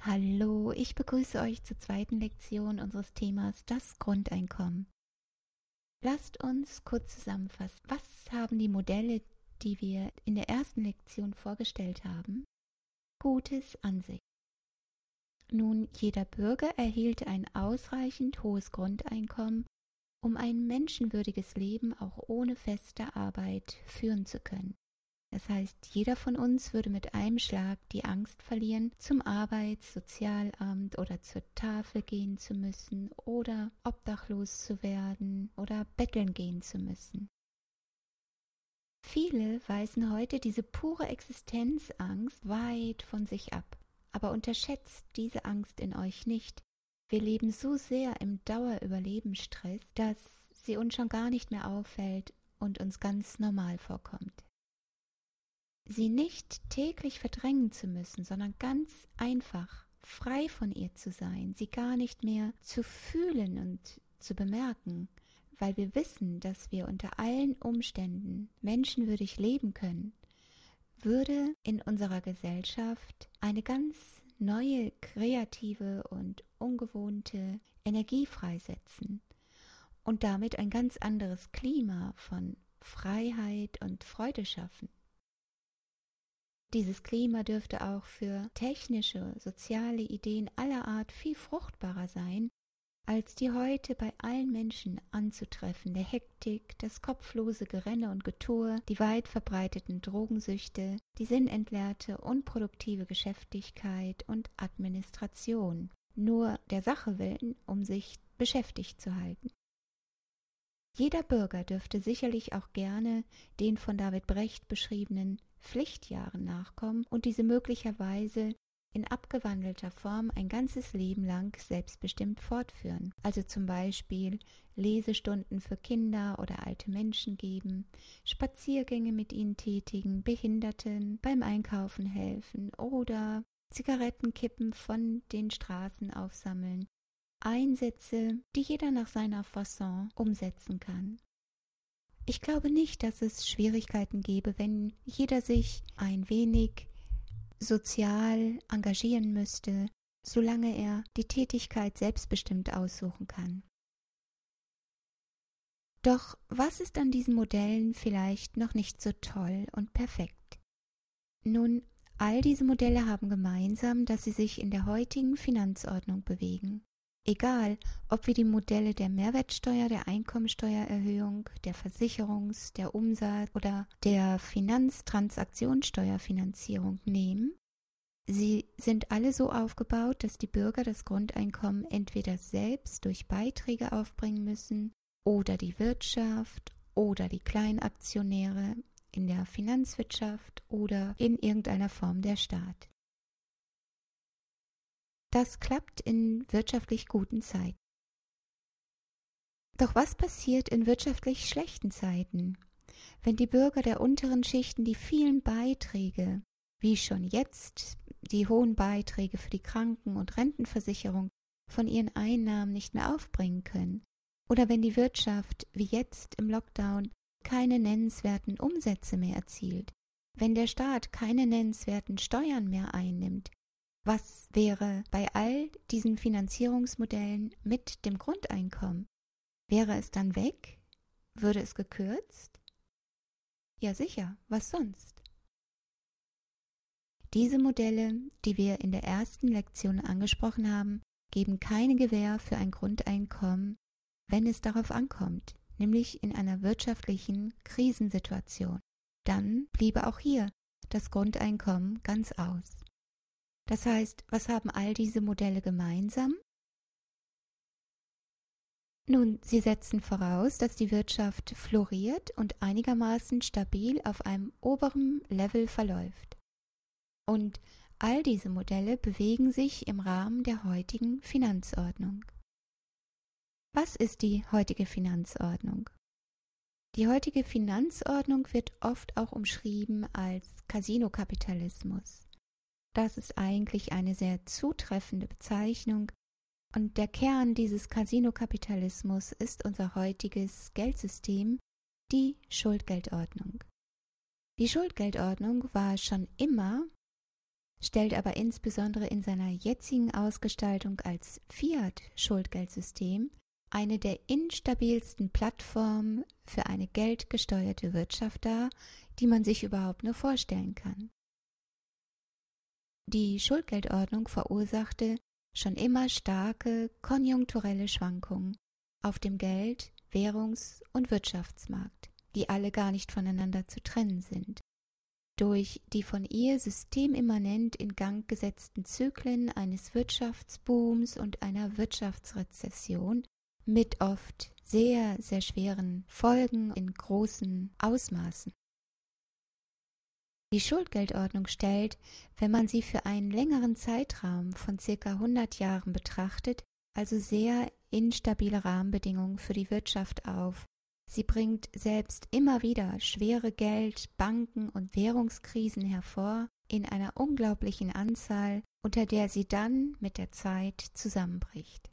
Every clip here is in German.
Hallo, ich begrüße euch zur zweiten Lektion unseres Themas das Grundeinkommen. Lasst uns kurz zusammenfassen. Was haben die Modelle, die wir in der ersten Lektion vorgestellt haben, Gutes an sich? Nun, jeder Bürger erhielt ein ausreichend hohes Grundeinkommen, um ein menschenwürdiges Leben auch ohne feste Arbeit führen zu können. Das heißt, jeder von uns würde mit einem Schlag die Angst verlieren, zum Arbeits-, Sozialamt oder zur Tafel gehen zu müssen oder obdachlos zu werden oder betteln gehen zu müssen. Viele weisen heute diese pure Existenzangst weit von sich ab. Aber unterschätzt diese Angst in euch nicht. Wir leben so sehr im Dauerüberlebensstress, dass sie uns schon gar nicht mehr auffällt und uns ganz normal vorkommt. Sie nicht täglich verdrängen zu müssen, sondern ganz einfach frei von ihr zu sein, sie gar nicht mehr zu fühlen und zu bemerken, weil wir wissen, dass wir unter allen Umständen menschenwürdig leben können, würde in unserer Gesellschaft eine ganz neue, kreative und ungewohnte Energie freisetzen und damit ein ganz anderes Klima von Freiheit und Freude schaffen. Dieses Klima dürfte auch für technische, soziale Ideen aller Art viel fruchtbarer sein, als die heute bei allen Menschen anzutreffende Hektik, das kopflose Gerenne und Getue, die weit verbreiteten Drogensüchte, die sinnentleerte, unproduktive Geschäftigkeit und Administration, nur der Sache willen, um sich beschäftigt zu halten. Jeder Bürger dürfte sicherlich auch gerne den von David Brecht beschriebenen Pflichtjahren nachkommen und diese möglicherweise in abgewandelter Form ein ganzes Leben lang selbstbestimmt fortführen. Also zum Beispiel Lesestunden für Kinder oder alte Menschen geben, Spaziergänge mit ihnen tätigen, Behinderten beim Einkaufen helfen oder Zigarettenkippen von den Straßen aufsammeln. Einsätze, die jeder nach seiner Fasson umsetzen kann. Ich glaube nicht, dass es Schwierigkeiten gäbe, wenn jeder sich ein wenig sozial engagieren müsste, solange er die Tätigkeit selbstbestimmt aussuchen kann. Doch was ist an diesen Modellen vielleicht noch nicht so toll und perfekt? Nun, all diese Modelle haben gemeinsam, dass sie sich in der heutigen Finanzordnung bewegen. Egal, ob wir die Modelle der Mehrwertsteuer, der Einkommensteuererhöhung, der Versicherungs-, der Umsatz- oder der Finanztransaktionssteuerfinanzierung nehmen, sie sind alle so aufgebaut, dass die Bürger das Grundeinkommen entweder selbst durch Beiträge aufbringen müssen oder die Wirtschaft oder die Kleinaktionäre in der Finanzwirtschaft oder in irgendeiner Form der Staat. Das klappt in wirtschaftlich guten Zeiten. Doch was passiert in wirtschaftlich schlechten Zeiten, wenn die Bürger der unteren Schichten die vielen Beiträge, wie schon jetzt die hohen Beiträge für die Kranken- und Rentenversicherung, von ihren Einnahmen nicht mehr aufbringen können? Oder wenn die Wirtschaft, wie jetzt im Lockdown, keine nennenswerten Umsätze mehr erzielt? Wenn der Staat keine nennenswerten Steuern mehr einnimmt? Was wäre bei all diesen Finanzierungsmodellen mit dem Grundeinkommen? Wäre es dann weg? Würde es gekürzt? Ja sicher, was sonst? Diese Modelle, die wir in der ersten Lektion angesprochen haben, geben keine Gewähr für ein Grundeinkommen, wenn es darauf ankommt, nämlich in einer wirtschaftlichen Krisensituation. Dann bliebe auch hier das Grundeinkommen ganz aus. Das heißt, was haben all diese Modelle gemeinsam? Nun, sie setzen voraus, dass die Wirtschaft floriert und einigermaßen stabil auf einem oberen Level verläuft. Und all diese Modelle bewegen sich im Rahmen der heutigen Finanzordnung. Was ist die heutige Finanzordnung? Die heutige Finanzordnung wird oft auch umschrieben als Casino-Kapitalismus. Das ist eigentlich eine sehr zutreffende Bezeichnung und der Kern dieses Casino-Kapitalismus ist unser heutiges Geldsystem, die Schuldgeldordnung. Die Schuldgeldordnung war schon immer stellt aber insbesondere in seiner jetzigen Ausgestaltung als Fiat-Schuldgeldsystem eine der instabilsten Plattformen für eine geldgesteuerte Wirtschaft dar, die man sich überhaupt nur vorstellen kann. Die Schuldgeldordnung verursachte schon immer starke konjunkturelle Schwankungen auf dem Geld-, Währungs- und Wirtschaftsmarkt, die alle gar nicht voneinander zu trennen sind. Durch die von ihr systemimmanent in Gang gesetzten Zyklen eines Wirtschaftsbooms und einer Wirtschaftsrezession mit oft sehr, sehr schweren Folgen in großen Ausmaßen. Die Schuldgeldordnung stellt, wenn man sie für einen längeren Zeitraum von ca. 100 Jahren betrachtet, also sehr instabile Rahmenbedingungen für die Wirtschaft auf. Sie bringt selbst immer wieder schwere Geld-, Banken- und Währungskrisen hervor in einer unglaublichen Anzahl, unter der sie dann mit der Zeit zusammenbricht.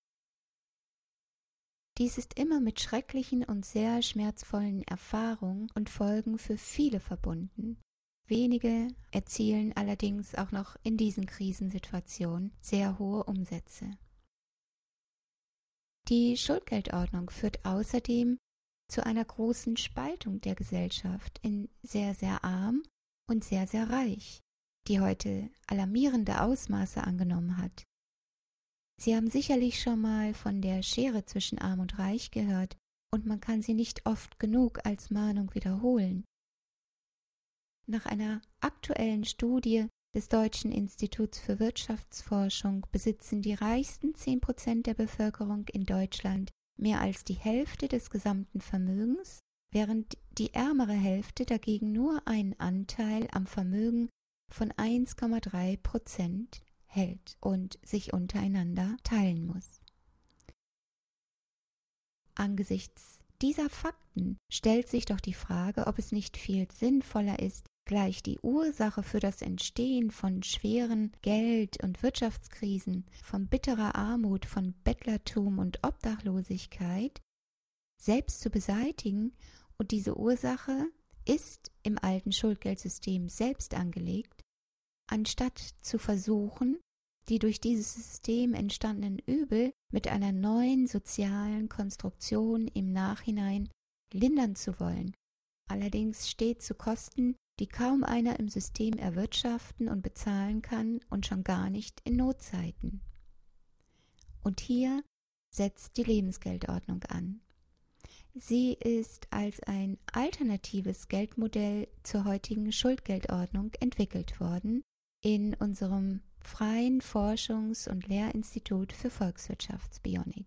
Dies ist immer mit schrecklichen und sehr schmerzvollen Erfahrungen und Folgen für viele verbunden. Wenige erzielen allerdings auch noch in diesen Krisensituationen sehr hohe Umsätze. Die Schuldgeldordnung führt außerdem zu einer großen Spaltung der Gesellschaft in sehr, sehr arm und sehr, sehr reich, die heute alarmierende Ausmaße angenommen hat. Sie haben sicherlich schon mal von der Schere zwischen Arm und Reich gehört, und man kann sie nicht oft genug als Mahnung wiederholen. Nach einer aktuellen Studie des Deutschen Instituts für Wirtschaftsforschung besitzen die reichsten 10% der Bevölkerung in Deutschland mehr als die Hälfte des gesamten Vermögens, während die ärmere Hälfte dagegen nur einen Anteil am Vermögen von 1,3% hält und sich untereinander teilen muss. Angesichts dieser Fakten stellt sich doch die Frage, ob es nicht viel sinnvoller ist, gleich die Ursache für das Entstehen von schweren Geld- und Wirtschaftskrisen, von bitterer Armut, von Bettlertum und Obdachlosigkeit selbst zu beseitigen, und diese Ursache ist im alten Schuldgeldsystem selbst angelegt, anstatt zu versuchen, die durch dieses System entstandenen Übel mit einer neuen sozialen Konstruktion im Nachhinein lindern zu wollen, allerdings steht zu Kosten, die kaum einer im System erwirtschaften und bezahlen kann, und schon gar nicht in Notzeiten. Und hier setzt die Lebensgeldordnung an. Sie ist als ein alternatives Geldmodell zur heutigen Schuldgeldordnung entwickelt worden in unserem Freien Forschungs- und Lehrinstitut für Volkswirtschaftsbionik.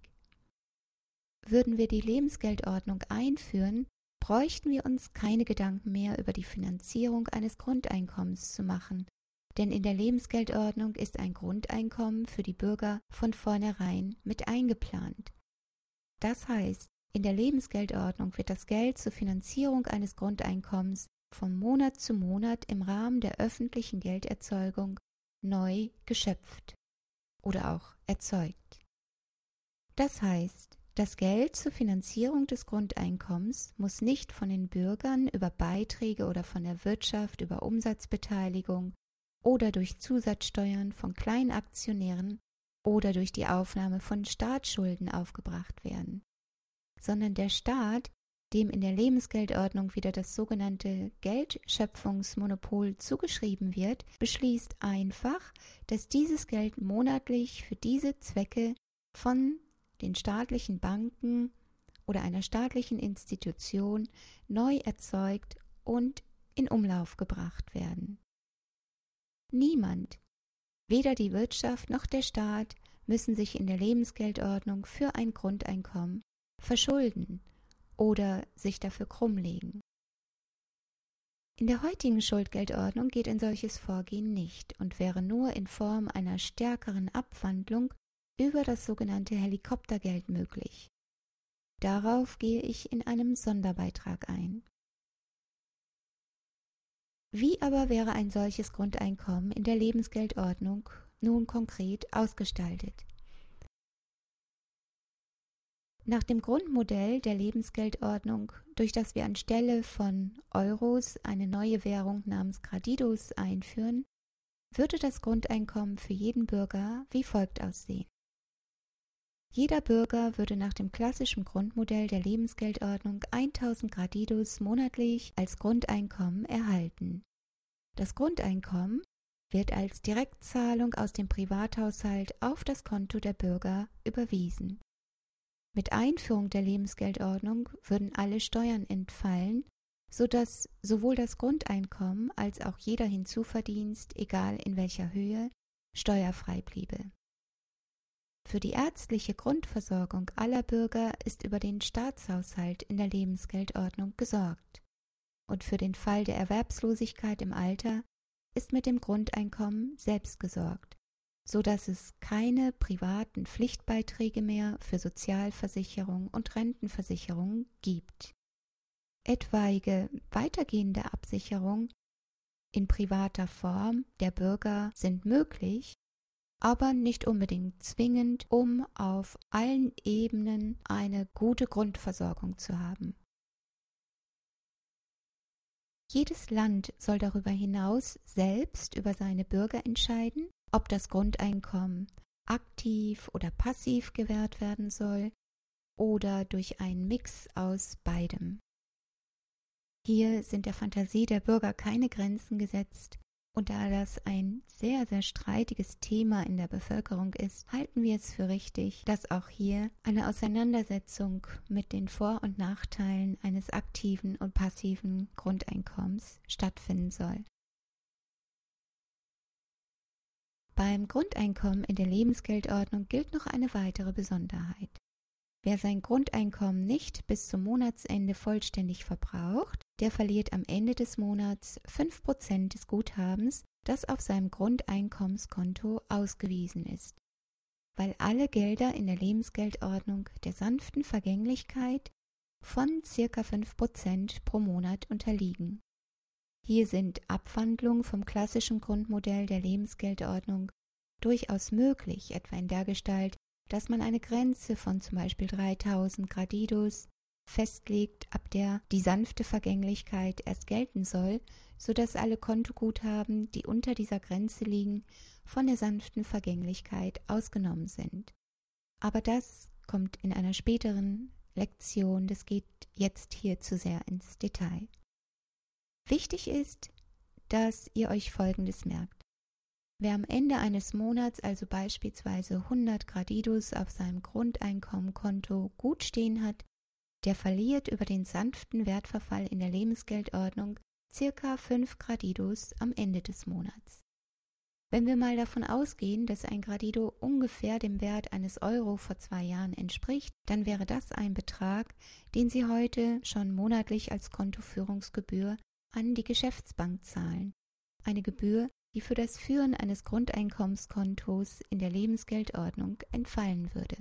Würden wir die Lebensgeldordnung einführen, bräuchten wir uns keine Gedanken mehr über die Finanzierung eines Grundeinkommens zu machen, denn in der Lebensgeldordnung ist ein Grundeinkommen für die Bürger von vornherein mit eingeplant. Das heißt, in der Lebensgeldordnung wird das Geld zur Finanzierung eines Grundeinkommens von Monat zu Monat im Rahmen der öffentlichen Gelderzeugung neu geschöpft oder auch erzeugt. Das heißt, das Geld zur Finanzierung des Grundeinkommens muss nicht von den Bürgern über Beiträge oder von der Wirtschaft über Umsatzbeteiligung oder durch Zusatzsteuern von Kleinaktionären oder durch die Aufnahme von Staatsschulden aufgebracht werden, sondern der Staat, dem in der Lebensgeldordnung wieder das sogenannte Geldschöpfungsmonopol zugeschrieben wird, beschließt einfach, dass dieses Geld monatlich für diese Zwecke von den staatlichen Banken oder einer staatlichen Institution neu erzeugt und in Umlauf gebracht werden. Niemand, weder die Wirtschaft noch der Staat, müssen sich in der Lebensgeldordnung für ein Grundeinkommen verschulden oder sich dafür krummlegen. In der heutigen Schuldgeldordnung geht ein solches Vorgehen nicht und wäre nur in Form einer stärkeren Abwandlung über das sogenannte Helikoptergeld möglich. Darauf gehe ich in einem Sonderbeitrag ein. Wie aber wäre ein solches Grundeinkommen in der Lebensgeldordnung nun konkret ausgestaltet? Nach dem Grundmodell der Lebensgeldordnung, durch das wir anstelle von Euros eine neue Währung namens Gradidos einführen, würde das Grundeinkommen für jeden Bürger wie folgt aussehen. Jeder Bürger würde nach dem klassischen Grundmodell der Lebensgeldordnung 1000 Gradidos monatlich als Grundeinkommen erhalten. Das Grundeinkommen wird als Direktzahlung aus dem Privathaushalt auf das Konto der Bürger überwiesen. Mit Einführung der Lebensgeldordnung würden alle Steuern entfallen, sodass sowohl das Grundeinkommen als auch jeder Hinzuverdienst, egal in welcher Höhe, steuerfrei bliebe. Für die ärztliche Grundversorgung aller Bürger ist über den Staatshaushalt in der Lebensgeldordnung gesorgt. Und für den Fall der Erwerbslosigkeit im Alter ist mit dem Grundeinkommen selbst gesorgt, so dass es keine privaten Pflichtbeiträge mehr für Sozialversicherung und Rentenversicherung gibt. Etwaige weitergehende Absicherung in privater Form der Bürger sind möglich, aber nicht unbedingt zwingend, um auf allen Ebenen eine gute Grundversorgung zu haben. Jedes Land soll darüber hinaus selbst über seine Bürger entscheiden, ob das Grundeinkommen aktiv oder passiv gewährt werden soll oder durch einen Mix aus beidem. Hier sind der Fantasie der Bürger keine Grenzen gesetzt. Und da das ein sehr, sehr streitiges Thema in der Bevölkerung ist, halten wir es für richtig, dass auch hier eine Auseinandersetzung mit den Vor- und Nachteilen eines aktiven und passiven Grundeinkommens stattfinden soll. Beim Grundeinkommen in der Lebensgeldordnung gilt noch eine weitere Besonderheit. Wer sein Grundeinkommen nicht bis zum Monatsende vollständig verbraucht, der verliert am Ende des Monats 5% des Guthabens, das auf seinem Grundeinkommenskonto ausgewiesen ist. Weil alle Gelder in der Lebensgeldordnung der sanften Vergänglichkeit von ca. 5% pro Monat unterliegen. Hier sind Abwandlungen vom klassischen Grundmodell der Lebensgeldordnung durchaus möglich, etwa in der Gestalt, dass man eine Grenze von zum Beispiel 3000 Gradidos festlegt, ab der die sanfte Vergänglichkeit erst gelten soll, sodass alle Kontoguthaben, die unter dieser Grenze liegen, von der sanften Vergänglichkeit ausgenommen sind. Aber das kommt in einer späteren Lektion, das geht jetzt hier zu sehr ins Detail. Wichtig ist, dass ihr euch Folgendes merkt. Wer am Ende eines Monats also beispielsweise 100 Gradidos auf seinem Grundeinkommenkonto gut stehen hat, der verliert über den sanften Wertverfall in der Lebensgeldordnung ca. 5 Gradidos am Ende des Monats. Wenn wir mal davon ausgehen, dass ein Gradido ungefähr dem Wert eines Euro vor 2 Jahren entspricht, dann wäre das ein Betrag, den Sie heute schon monatlich als Kontoführungsgebühr an die Geschäftsbank zahlen. Eine Gebühr, die für das Führen eines Grundeinkommenskontos in der Lebensgeldordnung entfallen würde.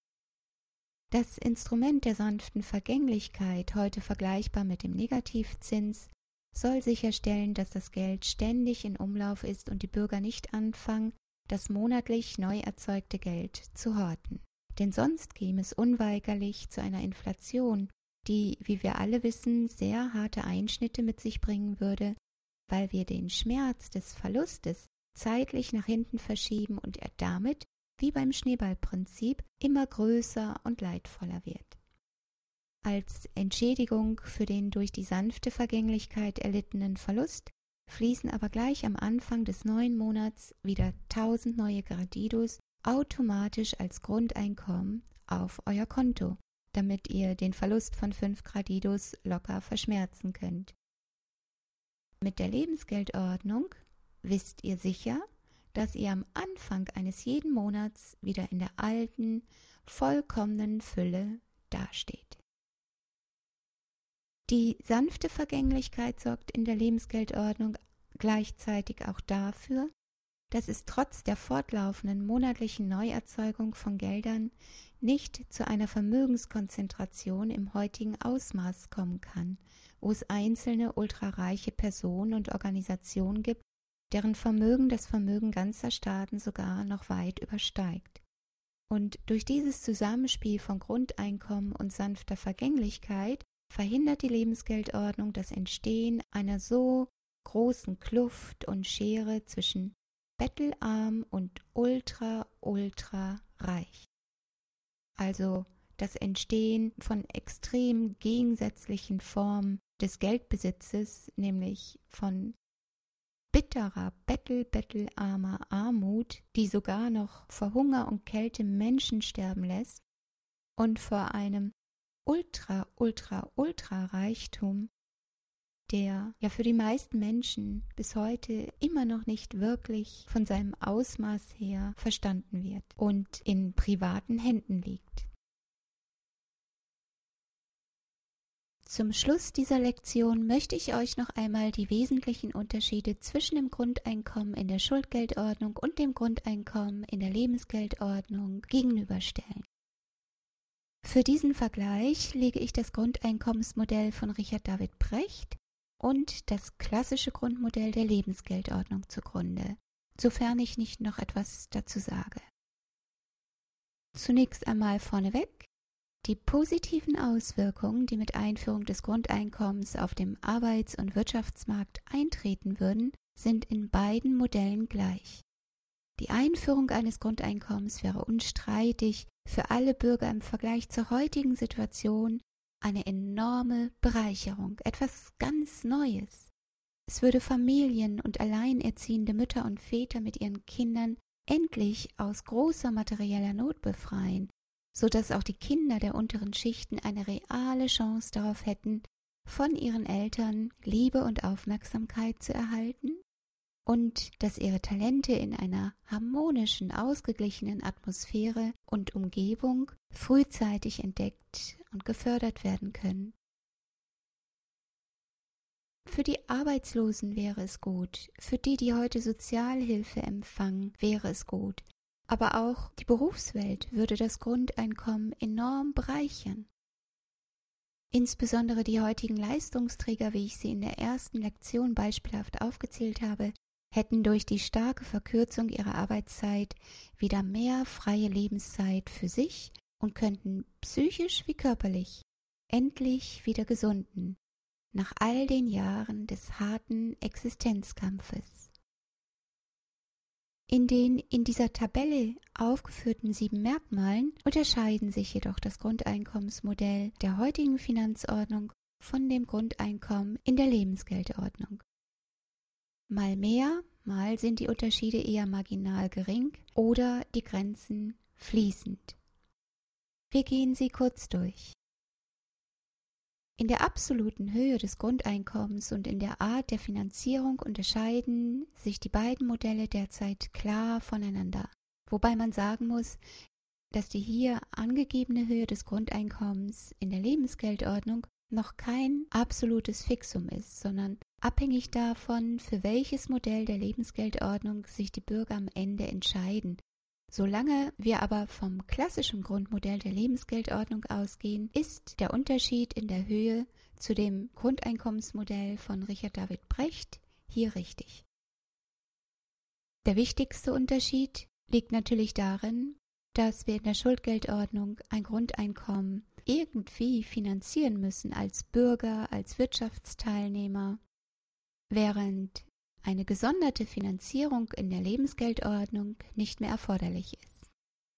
Das Instrument der sanften Vergänglichkeit, heute vergleichbar mit dem Negativzins, soll sicherstellen, dass das Geld ständig in Umlauf ist und die Bürger nicht anfangen, das monatlich neu erzeugte Geld zu horten. Denn sonst käme es unweigerlich zu einer Inflation, die, wie wir alle wissen, sehr harte Einschnitte mit sich bringen würde, weil wir den Schmerz des Verlustes zeitlich nach hinten verschieben und er damit, wie beim Schneeballprinzip, immer größer und leidvoller wird. Als Entschädigung für den durch die sanfte Vergänglichkeit erlittenen Verlust fließen aber gleich am Anfang des neuen Monats wieder 1000 neue Gradidos automatisch als Grundeinkommen auf euer Konto, damit ihr den Verlust von 5 Gradidos locker verschmerzen könnt. Mit der Lebensgeldordnung wisst ihr sicher, dass ihr am Anfang eines jeden Monats wieder in der alten, vollkommenen Fülle dasteht. Die sanfte Vergänglichkeit sorgt in der Lebensgeldordnung gleichzeitig auch dafür, dass es trotz der fortlaufenden monatlichen Neuerzeugung von Geldern nicht zu einer Vermögenskonzentration im heutigen Ausmaß kommen kann, wo es einzelne ultrareiche Personen und Organisationen gibt, deren Vermögen das Vermögen ganzer Staaten sogar noch weit übersteigt. Und durch dieses Zusammenspiel von Grundeinkommen und sanfter Vergänglichkeit verhindert die Lebensgeldordnung das Entstehen einer so großen Kluft und Schere zwischen bettelarm und ultra reich. Also das Entstehen von extrem gegensätzlichen Formen des Geldbesitzes, nämlich von bitterer, bettelarmer Armut, die sogar noch vor Hunger und Kälte Menschen sterben lässt, und vor einem ultra Reichtum, der ja für die meisten Menschen bis heute immer noch nicht wirklich von seinem Ausmaß her verstanden wird und in privaten Händen liegt. Zum Schluss dieser Lektion möchte ich euch noch einmal die wesentlichen Unterschiede zwischen dem Grundeinkommen in der Schuldgeldordnung und dem Grundeinkommen in der Lebensgeldordnung gegenüberstellen. Für diesen Vergleich lege ich das Grundeinkommensmodell von Richard David Brecht und das klassische Grundmodell der Lebensgeldordnung zugrunde, sofern ich nicht noch etwas dazu sage. Zunächst einmal vorneweg: Die positiven Auswirkungen, die mit Einführung des Grundeinkommens auf dem Arbeits- und Wirtschaftsmarkt eintreten würden, sind in beiden Modellen gleich. Die Einführung eines Grundeinkommens wäre unstreitig für alle Bürger im Vergleich zur heutigen Situation eine enorme Bereicherung, etwas ganz Neues. Es würde Familien und alleinerziehende Mütter und Väter mit ihren Kindern endlich aus großer materieller Not befreien, sodass auch die Kinder der unteren Schichten eine reale Chance darauf hätten, von ihren Eltern Liebe und Aufmerksamkeit zu erhalten und dass ihre Talente in einer harmonischen, ausgeglichenen Atmosphäre und Umgebung frühzeitig entdeckt und gefördert werden können. Für die Arbeitslosen wäre es gut, für die, die heute Sozialhilfe empfangen, wäre es gut, aber auch die Berufswelt würde das Grundeinkommen enorm bereichern. Insbesondere die heutigen Leistungsträger, wie ich sie in der ersten Lektion beispielhaft aufgezählt habe, hätten durch die starke Verkürzung ihrer Arbeitszeit wieder mehr freie Lebenszeit für sich und könnten psychisch wie körperlich endlich wieder gesunden, nach all den Jahren des harten Existenzkampfes. In den in dieser Tabelle aufgeführten 7 Merkmalen unterscheiden sich jedoch das Grundeinkommensmodell der heutigen Finanzordnung von dem Grundeinkommen in der Lebensgeldordnung. Mal mehr, mal sind die Unterschiede eher marginal gering oder die Grenzen fließend. Wir gehen sie kurz durch. In der absoluten Höhe des Grundeinkommens und in der Art der Finanzierung unterscheiden sich die beiden Modelle derzeit klar voneinander, wobei man sagen muss, dass die hier angegebene Höhe des Grundeinkommens in der Lebensgeldordnung noch kein absolutes Fixum ist, sondern abhängig davon, für welches Modell der Lebensgeldordnung sich die Bürger am Ende entscheiden. Solange wir aber vom klassischen Grundmodell der Lebensgeldordnung ausgehen, ist der Unterschied in der Höhe zu dem Grundeinkommensmodell von Richard David Brecht hier richtig. Der wichtigste Unterschied liegt natürlich darin, dass wir in der Schuldgeldordnung ein Grundeinkommen irgendwie finanzieren müssen als Bürger, als Wirtschaftsteilnehmer, während eine gesonderte Finanzierung in der Lebensgeldordnung nicht mehr erforderlich ist.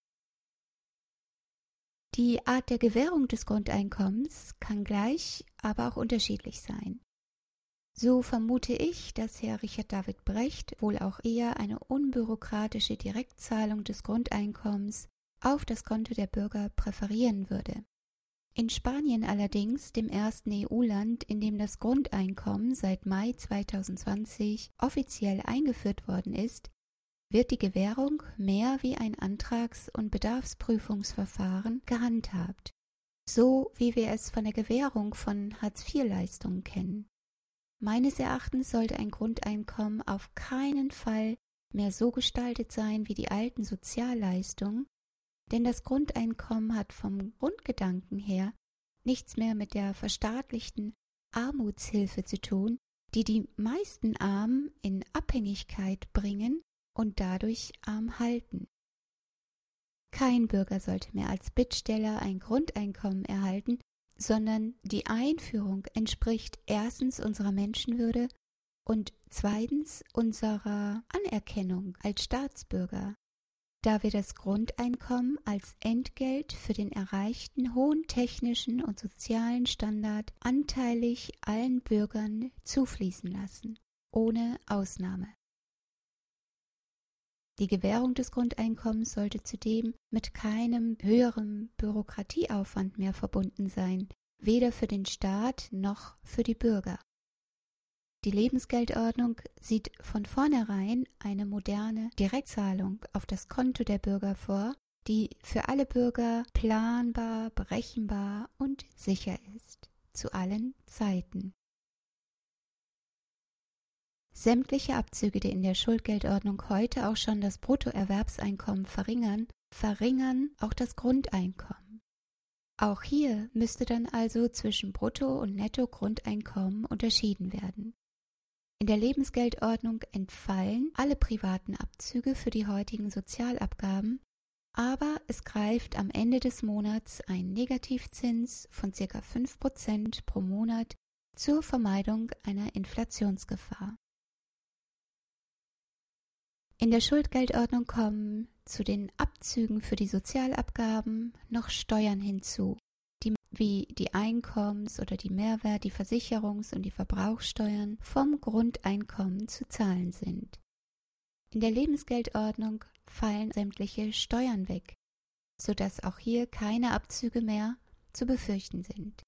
Die Art der Gewährung des Grundeinkommens kann gleich, aber auch unterschiedlich sein. So vermute ich, dass Herr Richard David Brecht wohl auch eher eine unbürokratische Direktzahlung des Grundeinkommens auf das Konto der Bürger präferieren würde. In Spanien allerdings, dem ersten EU-Land, in dem das Grundeinkommen seit Mai 2020 offiziell eingeführt worden ist, wird die Gewährung mehr wie ein Antrags- und Bedarfsprüfungsverfahren gehandhabt, so wie wir es von der Gewährung von Hartz-IV-Leistungen kennen. Meines Erachtens sollte ein Grundeinkommen auf keinen Fall mehr so gestaltet sein wie die alten Sozialleistungen, denn das Grundeinkommen hat vom Grundgedanken her nichts mehr mit der verstaatlichten Armutshilfe zu tun, die die meisten Armen in Abhängigkeit bringen und dadurch arm halten. Kein Bürger sollte mehr als Bittsteller ein Grundeinkommen erhalten, sondern die Einführung entspricht erstens unserer Menschenwürde und zweitens unserer Anerkennung als Staatsbürger, da wir das Grundeinkommen als Entgelt für den erreichten hohen technischen und sozialen Standard anteilig allen Bürgern zufließen lassen, ohne Ausnahme. Die Gewährung des Grundeinkommens sollte zudem mit keinem höheren Bürokratieaufwand mehr verbunden sein, weder für den Staat noch für die Bürger. Die Lebensgeldordnung sieht von vornherein eine moderne Direktzahlung auf das Konto der Bürger vor, die für alle Bürger planbar, berechenbar und sicher ist, zu allen Zeiten. Sämtliche Abzüge, die in der Schuldgeldordnung heute auch schon das Bruttoerwerbseinkommen verringern auch das Grundeinkommen. Auch hier müsste dann also zwischen Brutto- und Netto-Grundeinkommen unterschieden werden. In der Lebensgeldordnung entfallen alle privaten Abzüge für die heutigen Sozialabgaben, aber es greift am Ende des Monats ein Negativzins von ca. 5% pro Monat zur Vermeidung einer Inflationsgefahr. In der Schuldgeldordnung kommen zu den Abzügen für die Sozialabgaben noch Steuern hinzu, wie die Einkommens- oder die Mehrwert-, die Versicherungs- und die Verbrauchssteuern vom Grundeinkommen zu zahlen sind. In der Lebensgeldordnung fallen sämtliche Steuern weg, sodass auch hier keine Abzüge mehr zu befürchten sind.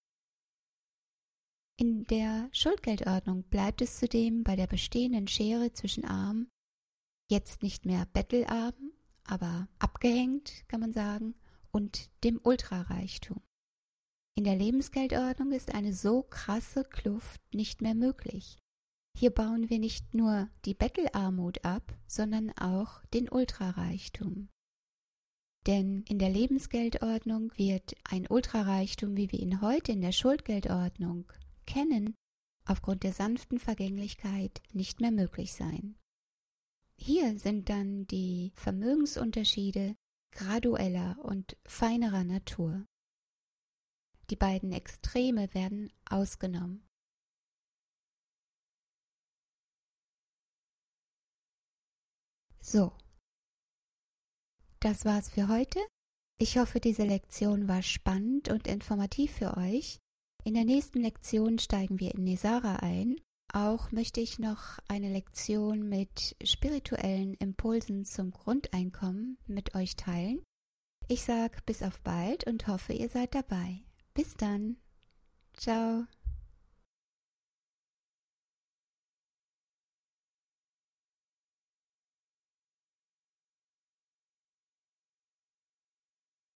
In der Schuldgeldordnung bleibt es zudem bei der bestehenden Schere zwischen Arm, jetzt nicht mehr bettelarm, aber abgehängt, kann man sagen, und dem Ultrareichtum. In der Lebensgeldordnung ist eine so krasse Kluft nicht mehr möglich. Hier bauen wir nicht nur die Bettelarmut ab, sondern auch den Ultrareichtum. Denn in der Lebensgeldordnung wird ein Ultrareichtum, wie wir ihn heute in der Schuldgeldordnung kennen, aufgrund der sanften Vergänglichkeit nicht mehr möglich sein. Hier sind dann die Vermögensunterschiede gradueller und feinerer Natur. Die beiden Extreme werden ausgenommen. So, das war's für heute. Ich hoffe, diese Lektion war spannend und informativ für euch. In der nächsten Lektion steigen wir in Nesara ein. Auch möchte ich noch eine Lektion mit spirituellen Impulsen zum Grundeinkommen mit euch teilen. Ich sage bis auf bald und hoffe, ihr seid dabei. Bis dann. Ciao.